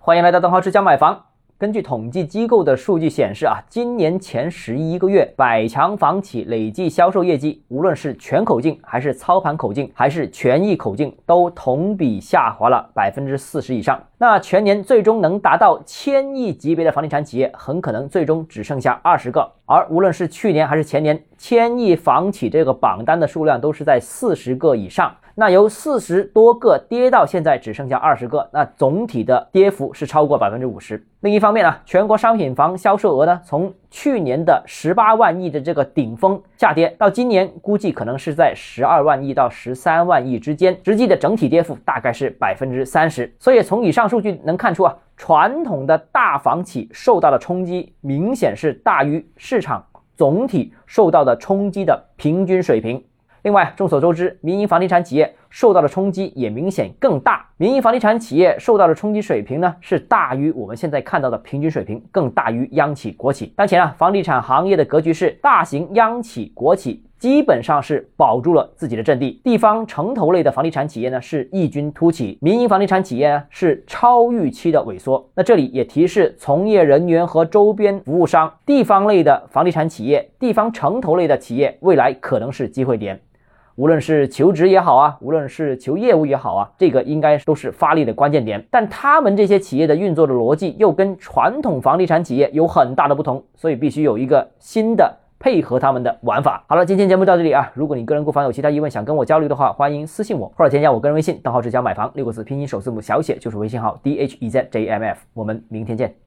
欢迎来到邓浩之家买房。根据统计机构的数据显示今年前11个月百强房企累计销售业绩，无论是全口径还是操盘口径还是权益口径，都同比下滑了40%以上。那全年最终能达到1000亿级别的房地产企业，很可能最终只剩下20个。而无论是去年还是前年，1000亿房企这个榜单的数量都是在40个以上。那由40多个跌到现在只剩下20个，那总体的跌幅是超过50%。另一方面全国商品房销售额呢，从去年的18万亿的这个顶峰下跌，到今年估计可能是在12万亿到13万亿之间，实际的整体跌幅大概是30%。所以从以上数据能看出传统的大房企受到的冲击明显是大于市场总体受到的冲击的平均水平。另外，众所周知，民营房地产企业受到的冲击也明显更大。民营房地产企业受到的冲击水平呢，是大于我们现在看到的平均水平，更大于央企国企。当前房地产行业的格局是大型央企国企基本上是保住了自己的阵地，地方城投类的房地产企业呢是异军突起，民营房地产企业呢是超预期的萎缩。那这里也提示从业人员和周边服务商，地方类的房地产企业、地方城投类的企业未来可能是机会点。无论是求职也好无论是求业务也好这个应该都是发力的关键点。但他们这些企业的运作的逻辑又跟传统房地产企业有很大的不同，所以必须有一个新的配合他们的玩法。好了，今天节目到这里如果你个人购房有其他疑问想跟我交流的话，欢迎私信我或者添加我个人微信邓浩之家买房6个字拼音首字母小写就是微信号DHEZJMF。我们明天见。